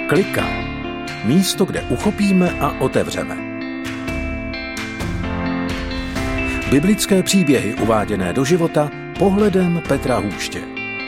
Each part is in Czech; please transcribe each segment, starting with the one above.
Klika. Místo, kde uchopíme a otevřeme. Biblické příběhy uváděné do života pohledem Petra Hůště.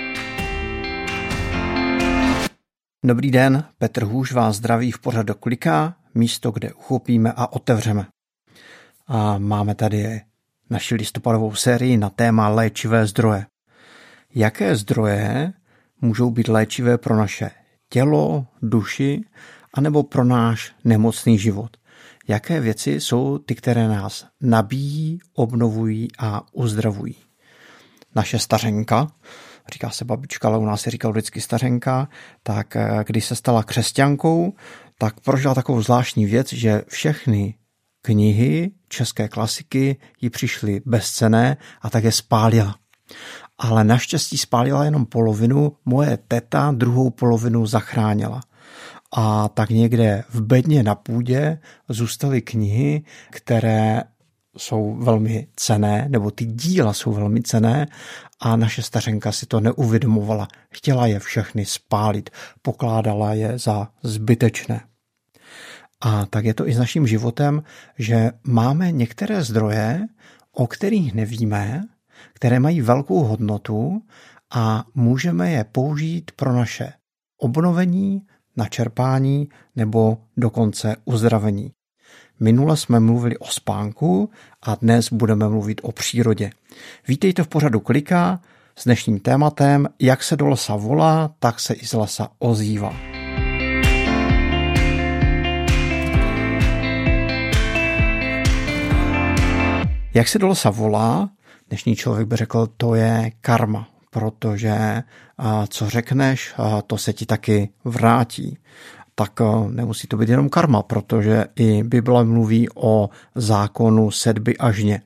Dobrý den, Petr Hůš vás zdraví v pořadu Klika, místo, kde uchopíme a otevřeme. A máme tady naši listopadovou sérii na téma léčivé zdroje. Jaké zdroje můžou být léčivé pro naše tělo, duši, anebo pro náš nemocný život? Jaké věci jsou ty, které nás nabíjí, obnovují a uzdravují? Naše stařenka, říká se babička, ale u nás se říká vždycky stařenka, tak když se stala křesťankou, tak prožila takovou zvláštní věc, že všechny knihy české klasiky jí přišly bezcenné a tak je spálila. Ale naštěstí spálila jenom polovinu, moje teta druhou polovinu zachránila. A tak někde v bedně na půdě zůstaly knihy, které jsou velmi cenné, nebo ty díla jsou velmi cenné a naše stařenka si to neuvědomovala. Chtěla je všechny spálit, pokládala je za zbytečné. A tak je to i s naším životem, že máme některé zdroje, o kterých nevíme, které mají velkou hodnotu a můžeme je použít pro naše obnovení, načerpání nebo dokonce uzdravení. Minule jsme mluvili o spánku a dnes budeme mluvit o přírodě. Vítejte v pořadu Klika s dnešním tématem Jak se do lesa volá, tak se i z lesa ozývá. Jak se do lesa volá, dnešní člověk by řekl, to je karma, protože co řekneš, to se ti taky vrátí. Tak nemusí to být jenom karma, protože i Bible mluví o zákonu sedby a žně.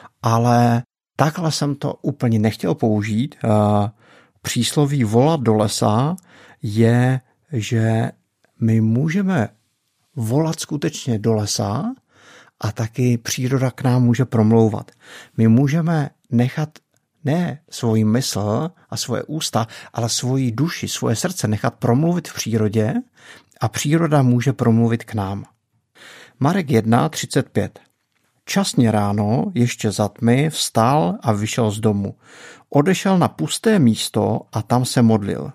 Ale takhle jsem to úplně nechtěl použít. Přísloví volat do lesa je, že my můžeme volat skutečně do lesa a taky příroda k nám může promlouvat. My můžeme nechat ne svoji mysl a svoje ústa, ale svoji duši, svoje srdce nechat promluvit v přírodě a příroda může promluvit k nám. Marek 1:35. Časně ráno, ještě za tmy, vstal a vyšel z domu. Odešel na pusté místo a tam se modlil.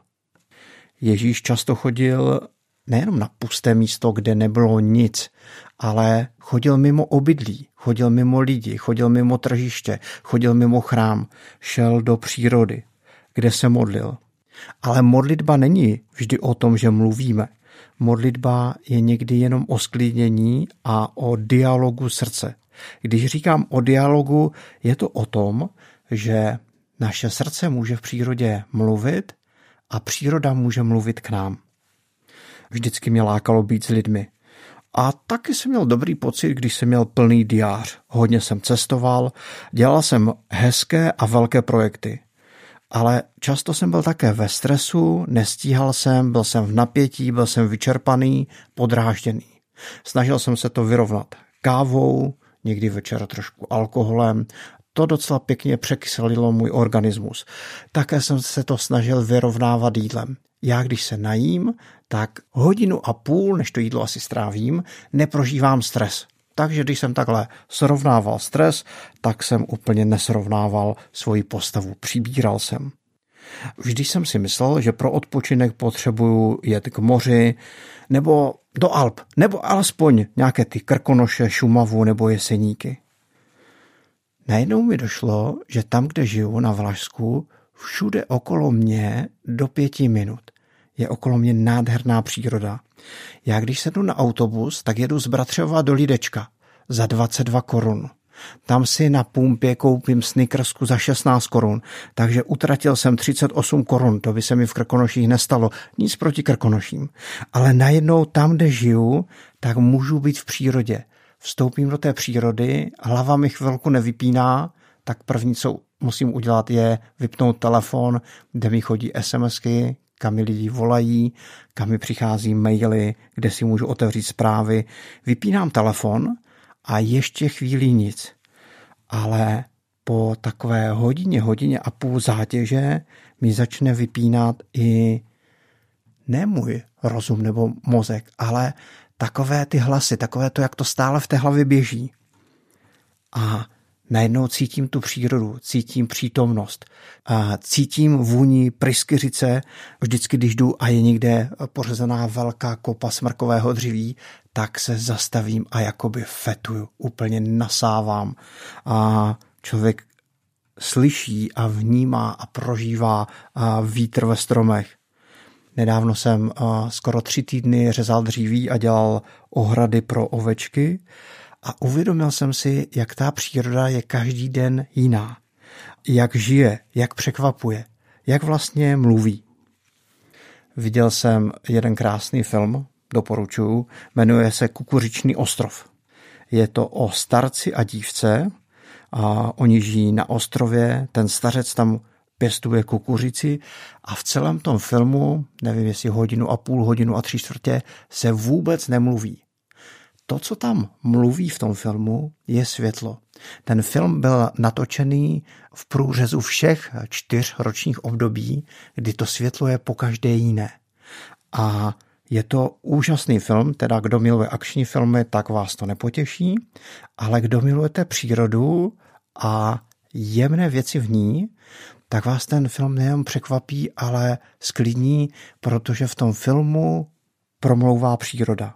Ježíš často chodil nejenom na pusté místo, kde nebylo nic, ale chodil mimo obydlí, chodil mimo lidi, chodil mimo tržiště, chodil mimo chrám, šel do přírody, kde se modlil. Ale modlitba není vždy o tom, že mluvíme. Modlitba je někdy jenom o sklidnění a o dialogu srdce. Když říkám o dialogu, je to o tom, že naše srdce může v přírodě mluvit a příroda může mluvit k nám. Vždycky mě lákalo být s lidmi. A taky jsem měl dobrý pocit, když jsem měl plný diář. Hodně jsem cestoval, dělal jsem hezké a velké projekty. Ale často jsem byl také ve stresu, nestíhal jsem, byl jsem v napětí, byl jsem vyčerpaný, podrážděný. Snažil jsem se to vyrovnat kávou, někdy večer trošku alkoholem. To docela pěkně překyselilo můj organismus. Také jsem se to snažil vyrovnávat jídlem. Já když se najím, tak 1,5 hodiny, než to jídlo asi strávím, neprožívám stres. Takže když jsem takhle srovnával stres, tak jsem úplně nesrovnával svoji postavu. Přibíral jsem. Vždy jsem si myslel, že pro odpočinek potřebuju jet k moři nebo do Alp, nebo alespoň nějaké ty Krkonoše, Šumavu nebo Jeseníky. Najednou mi došlo, že tam, kde žiju na Valašsku, všude okolo mě do 5 minut je okolo mě nádherná příroda. Já když sedu na autobus, tak jedu z Bratřova do Lídečka za 22 korun. Tam si na pumpě koupím snickersku za 16 korun, takže utratil jsem 38 korun, to by se mi v Krkonoších nestalo, nic proti Krkonoším. Ale najednou tam, kde žiju, tak můžu být v přírodě. Vstoupím do té přírody, hlava mi chvilku nevypíná, tak první, co musím udělat, je vypnout telefon, kde mi chodí SMSky, kam mi lidi volají, kam mi přichází maily, kde si můžu otevřít zprávy. Vypínám telefon a ještě chvíli nic. Ale po takové hodině a půl zátěže mi začne vypínat i ne můj rozum nebo mozek, ale takové ty hlasy, takové to, jak to stále v té hlavě běží. A najednou cítím tu přírodu, cítím přítomnost, a cítím vůni pryskyřice. Vždycky, když jdu a je někde pořezaná velká kopa smrkového dříví, tak se zastavím a jakoby fetuju, úplně nasávám. A člověk slyší a vnímá a prožívá vítr ve stromech. Nedávno jsem skoro 3 týdny řezal dříví a dělal ohrady pro ovečky a uvědomil jsem si, jak ta příroda je každý den jiná. Jak žije, jak překvapuje, jak vlastně mluví. Viděl jsem jeden krásný film, doporučuji, jmenuje se Kukuřičný ostrov. Je to o starci a dívce a oni žijí na ostrově, ten stařec tam pěstuje kukuřici a v celém tom filmu, nevím jestli 1,5 hodiny a 3/4, se vůbec nemluví. To, co tam mluví v tom filmu, je světlo. Ten film byl natočený v průřezu všech 4 ročních období, kdy to světlo je pokaždé jiné. A je to úžasný film, teda kdo miluje akční filmy, tak vás to nepotěší, ale kdo milujete přírodu a jemné věci v ní, tak vás ten film nejen překvapí, ale sklidní, protože v tom filmu promlouvá příroda.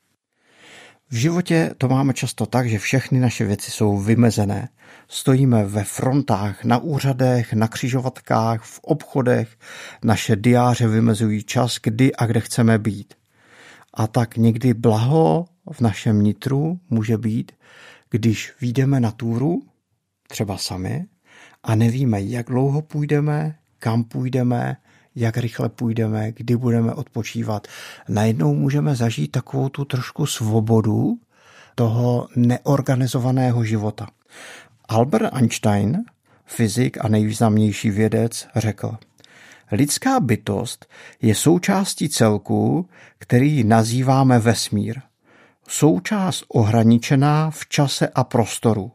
V životě to máme často tak, že všechny naše věci jsou vymezené. Stojíme ve frontách, na úřadech, na křižovatkách, v obchodech. Naše diáře vymezují čas, kdy a kde chceme být. A tak někdy blaho v našem nitru může být, když vyjdeme na túru, třeba sami, a nevíme, jak dlouho půjdeme, kam půjdeme, jak rychle půjdeme, kdy budeme odpočívat. Najednou můžeme zažít takovou tu trošku svobodu toho neorganizovaného života. Albert Einstein, fyzik a nejvýznamnější vědec, řekl: lidská bytost je součástí celku, který nazýváme vesmír. Součást ohraničená v čase a prostoru.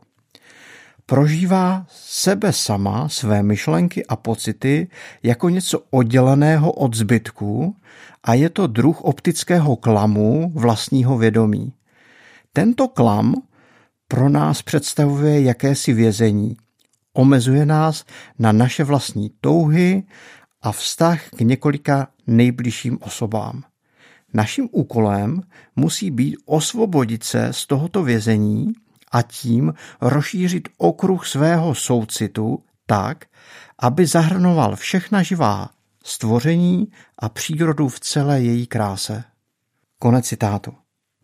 Prožívá sebe sama, své myšlenky a pocity jako něco odděleného od zbytku a je to druh optického klamu vlastního vědomí. Tento klam pro nás představuje jakési vězení. Omezuje nás na naše vlastní touhy a vztah k několika nejbližším osobám. Naším úkolem musí být osvobodit se z tohoto vězení a tím rozšířit okruh svého soucitu tak, aby zahrnoval všechna živá stvoření a přírodu v celé její kráse. Konec citátu.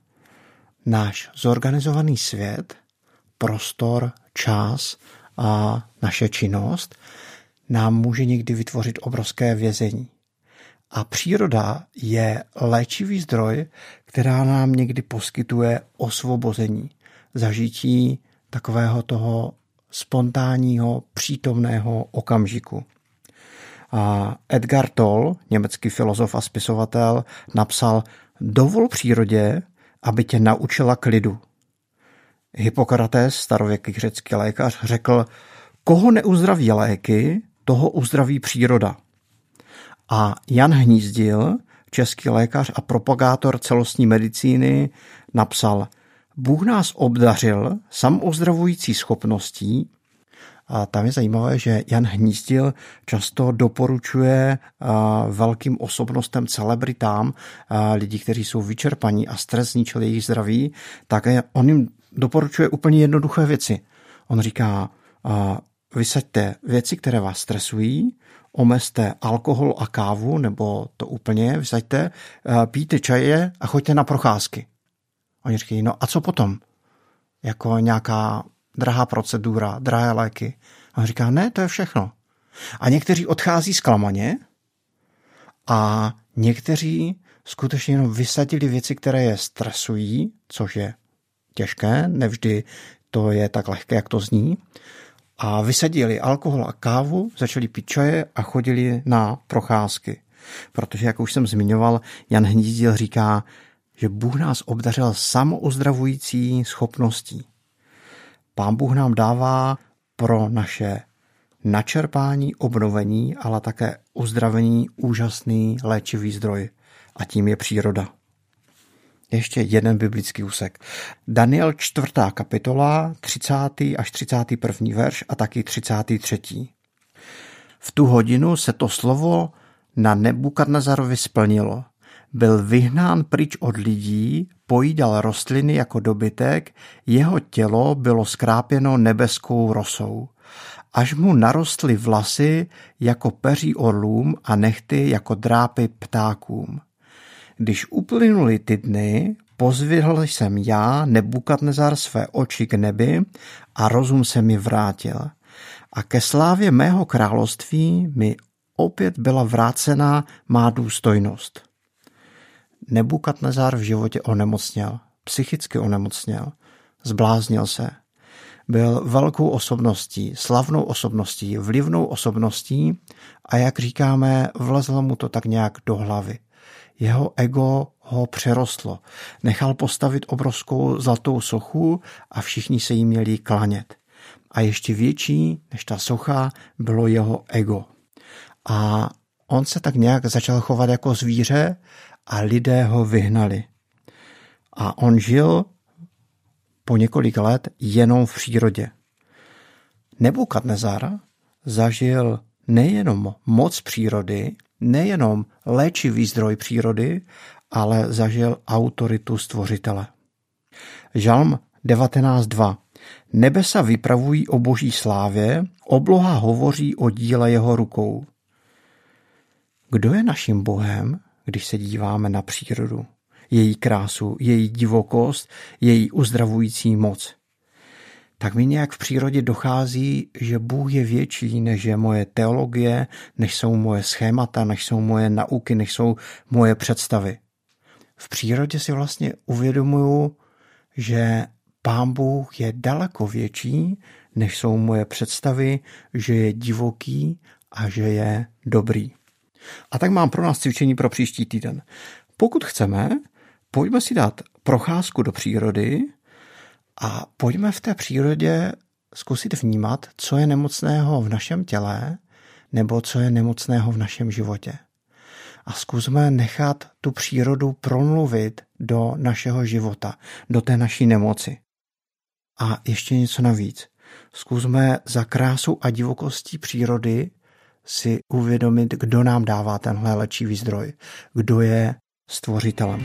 Náš zorganizovaný svět, prostor, čas a naše činnost nám může někdy vytvořit obrovské vězení. A příroda je léčivý zdroj, která nám někdy poskytuje osvobození, zažití takového toho spontánního, přítomného okamžiku. A Edgar Toll, německý filozof a spisovatel, napsal: dovol přírodě, aby tě naučila klidu. Hippokrates, starověký řecký lékař, řekl: koho neuzdraví léky, toho uzdraví příroda. A Jan Hnízdil, český lékař a propagátor celostní medicíny, napsal: Bůh nás obdařil samoozdravující schopností. A tam je zajímavé, že Jan Hnízdil často doporučuje velkým osobnostem, celebritám, lidi, kteří jsou vyčerpaní a stres zničil jejich zdraví, tak on jim doporučuje úplně jednoduché věci. On říká: vysaďte věci, které vás stresují, omezte alkohol a kávu, nebo to úplně vysaďte, pijte čaje a choďte na procházky. Oni říkají: no a co potom? Jako nějaká drahá procedura, drahé léky. A on říká: ne, to je všechno. A někteří odchází zklamaně a někteří skutečně jenom vysadili věci, které je stresují, což je těžké, nevždy to je tak lehké, jak to zní. A vysadili alkohol a kávu, začali pít čaje a chodili na procházky. Protože, jak už jsem zmiňoval, Jan Hnízdil říká, že Bůh nás obdařil samouzdravující schopností. Pán Bůh nám dává pro naše načerpání, obnovení, ale také uzdravení úžasný léčivý zdroj. a tím je příroda. Ještě jeden biblický úsek. Daniel 4. kapitola, 30. až 31. verš a taky 33. V tu hodinu se to slovo na Nebukadnezarovi splnilo. Byl vyhnán pryč od lidí, pojídal rostliny jako dobytek, jeho tělo bylo skrápěno nebeskou rosou. Až mu narostly vlasy jako peří orlům a nehty jako drápy ptákům. Když uplynuly ty dny, pozvihl jsem já, Nebukadnezar, své oči k nebi a rozum se mi vrátil. A ke slávě mého království mi opět byla vrácena má důstojnost. Nebukadnezar v životě onemocněl, psychicky onemocněl, zbláznil se. Byl velkou osobností, slavnou osobností, vlivnou osobností a jak říkáme, vlezlo mu to tak nějak do hlavy. Jeho ego ho přerostlo. Nechal postavit obrovskou zlatou sochu a všichni se jí měli klanět. A ještě větší než ta socha bylo jeho ego. A on se tak nějak začal chovat jako zvíře a lidé ho vyhnali. A on žil po několik let jenom v přírodě. Nebukadnezar zažil nejenom moc přírody, nejenom léčivý zdroj přírody, ale zažil autoritu stvořitele. Žalm 19.2. Nebesa vypravují o boží slávě, obloha hovoří o díle jeho rukou. Kdo je naším Bohem, když se díváme na přírodu, její krásu, její divokost, její uzdravující moc? Tak mi nějak v přírodě dochází, že Bůh je větší, než je moje teologie, než jsou moje schémata, než jsou moje nauky, než jsou moje představy. V přírodě si vlastně uvědomuju, že Pán Bůh je daleko větší, než jsou moje představy, že je divoký a že je dobrý. A tak mám pro nás cvičení pro příští týden. Pokud chceme, pojďme si dát procházku do přírody a pojďme v té přírodě zkusit vnímat, co je nemocného v našem těle nebo co je nemocného v našem životě. A zkusme nechat tu přírodu promluvit do našeho života, do té naší nemoci. A ještě něco navíc. Zkusme za krásou a divokostí přírody si uvědomit, kdo nám dává tenhle léčivý zdroj, kdo je stvořitelem.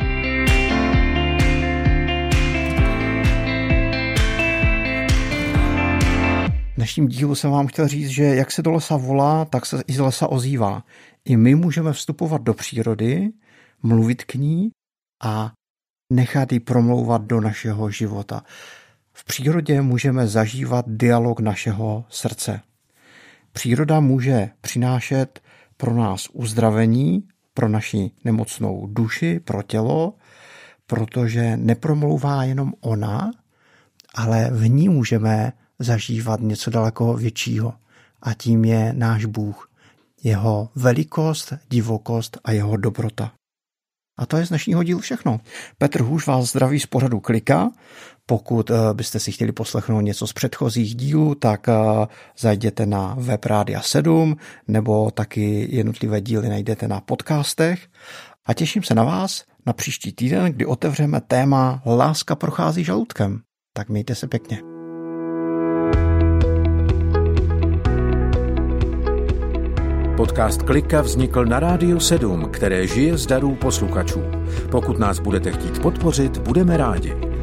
V dnešním dílu jsem vám chtěl říct, že jak se do lesa volá, tak se i z lesa ozývá. I my můžeme vstupovat do přírody, mluvit k ní a nechat ji promlouvat do našeho života. V přírodě můžeme zažívat dialog našeho srdce. Příroda může přinášet pro nás uzdravení, pro naši nemocnou duši, pro tělo, protože nepromlouvá jenom ona, ale v ní můžeme zažívat něco daleko většího. A tím je náš Bůh, jeho velikost, divokost a jeho dobrota. A to je z dnešního dílu všechno. Petr Hůš vás zdraví z pořadu Klika. Pokud byste si chtěli poslechnout něco z předchozích dílů, tak zajděte na web Rádia 7, nebo taky jednotlivé díly najdete na podcastech. A těším se na vás na příští týden, kdy otevřeme téma Láska prochází žaludkem. Tak mějte se pěkně. Podcast Klika vznikl na Rádiu 7, které žije z darů posluchačů. Pokud nás budete chtít podpořit, budeme rádi.